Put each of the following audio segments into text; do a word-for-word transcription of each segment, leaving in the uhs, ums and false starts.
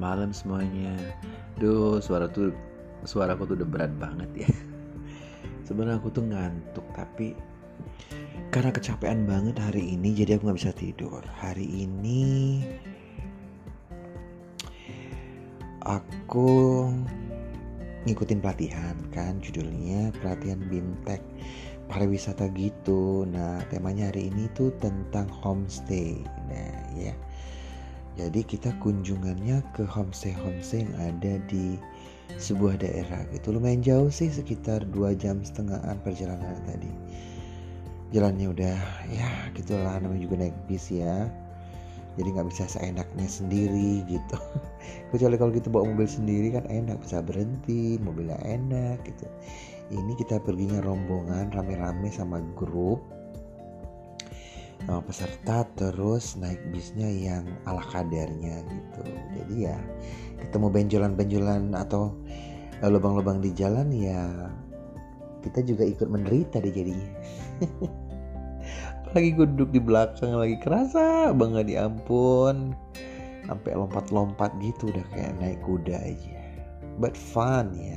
malam semuanya. Duh, suara tuh suaraku tuh udah berat banget ya. Sebenarnya aku tuh ngantuk, tapi karena kecapean banget hari ini, jadi aku nggak bisa tidur. Hari ini aku ngikutin pelatihan kan, judulnya pelatihan Bintek pariwisata gitu. Nah, temanya hari ini tuh tentang homestay. Nah, ya. Jadi kita kunjungannya ke homestay-homestay yang ada di sebuah daerah gitu. Lumayan jauh sih, sekitar dua jam setengahan perjalanan tadi. Jalannya udah ya gitulah, namanya juga naik bis ya. Jadi gak bisa seenaknya sendiri gitu. Kecuali kalau kita bawa mobil sendiri kan enak, bisa berhenti, mobilnya enak gitu. Ini kita perginya rombongan rame-rame sama grup, sama peserta, terus naik bisnya yang ala kadarnya gitu. Jadi ya ketemu benjolan-benjolan atau lubang-lubang di jalan, ya kita juga ikut menderita deh jadinya. Apalagi gue duduk di belakang lagi, kerasa banget ya ampun, sampai lompat-lompat gitu, udah kayak naik kuda aja. But fun ya.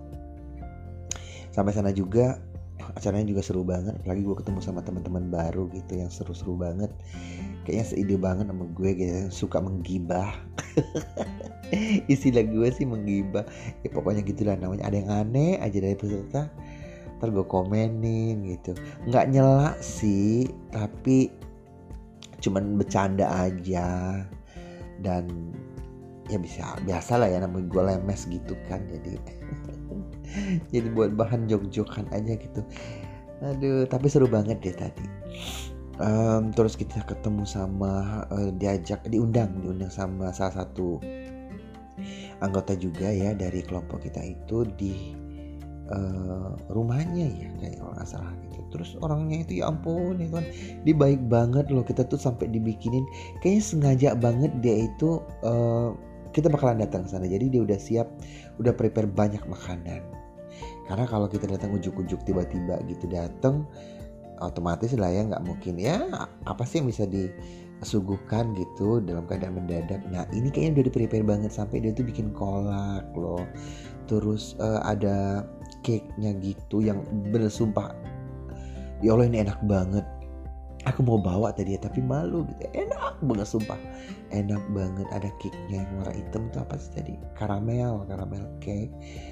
Sampai sana juga acaranya juga seru banget, apalagi gue ketemu sama teman-teman baru gitu yang seru-seru banget. Kayaknya seide banget sama gue gitu, suka menggibah. Istilah gue sih menggibah. Ya pokoknya gitulah namanya, ada yang aneh aja dari peserta, ntar gue komenin gitu. Nggak nyela sih, tapi cuman bercanda aja. Dan ya bisa biasa lah ya, namanya gue lemes gitu kan, jadi jadi buat bahan jok-jokan aja gitu. Aduh, tapi seru banget deh tadi. Um, terus kita ketemu sama uh, diajak diundang diundang sama salah satu anggota juga ya dari kelompok kita itu di uh, rumahnya ya, kayak kalau nggak salah gitu. Terus orangnya itu ya ampun ya kan, dia baik banget loh. Kita tuh sampai dibikinin, kayaknya sengaja banget dia itu uh, kita bakalan datang ke sana, jadi dia udah siap, udah prepare banyak makanan. Karena kalau kita datang ujuk-ujuk tiba-tiba gitu datang, otomatis lah ya nggak mungkin ya apa sih yang bisa disuguhkan gitu dalam keadaan mendadak. Nah ini kayaknya udah di-prepare banget, sampai dia tuh bikin kolak loh. Terus uh, ada cake-nya gitu yang bener sumpah, ya Allah ini enak banget. Aku mau bawa tadi ya, tapi malu gitu. Enak banget sumpah, enak banget. Ada cake-nya yang warna hitam tuh apa sih tadi? Karamel, karamel cake.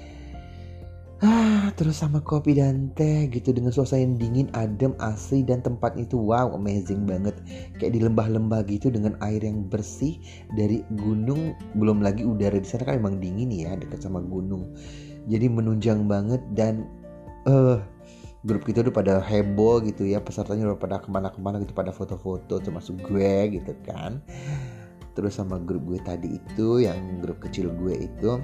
Ah, terus sama kopi dan teh gitu dengan suasana yang dingin, adem, asri, dan tempat itu wow, amazing banget. Kayak di lembah-lembah gitu dengan air yang bersih dari gunung. Belum lagi udara di sana kan emang dingin ya, dekat sama gunung. Jadi menunjang banget. Dan eh uh, grup kita udah pada heboh gitu ya, pesertanya udah pada kemana-kemana gitu, pada foto-foto termasuk gue gitu kan. Terus sama grup gue tadi itu, yang grup kecil gue itu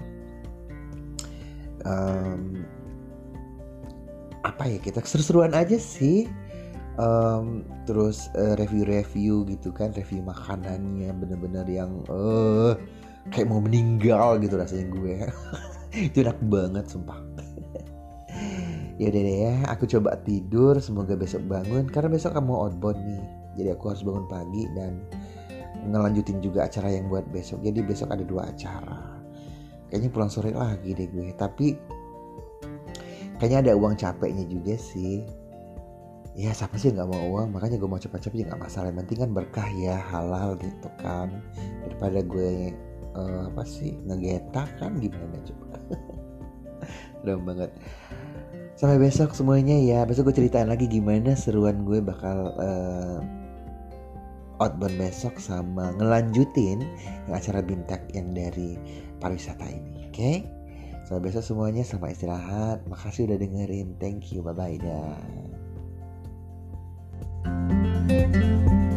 um, apa ya, kita seru-seruan aja sih. Um, terus uh, review-review gitu kan, review makanannya bener-bener yang uh, kayak mau meninggal gitu rasanya gue. Itu enak banget sumpah. Ya udah deh ya, aku coba tidur, semoga besok bangun, karena besok kamu outbound nih. Jadi aku harus bangun pagi dan ngelanjutin juga acara yang buat besok. Jadi besok ada dua acara. Kayaknya pulang sore lagi deh gue, tapi kayaknya ada uang capeknya juga sih. Ya siapa sih gak mau uang, makanya gue mau cepet-cepet ya gak masalah. Yang penting kan berkah ya, halal gitu kan. Daripada gue uh, apa sih ngegetak kan, gimana coba. Udah banget. Sampai besok semuanya ya. Besok gue ceritain lagi gimana seruan gue bakal uh, outbound besok, sama ngelanjutin yang acara Bintek yang dari pariwisata ini. Oke okay? Sampai besok semuanya, selamat istirahat. Makasih udah dengerin. Thank you, bye bye dah.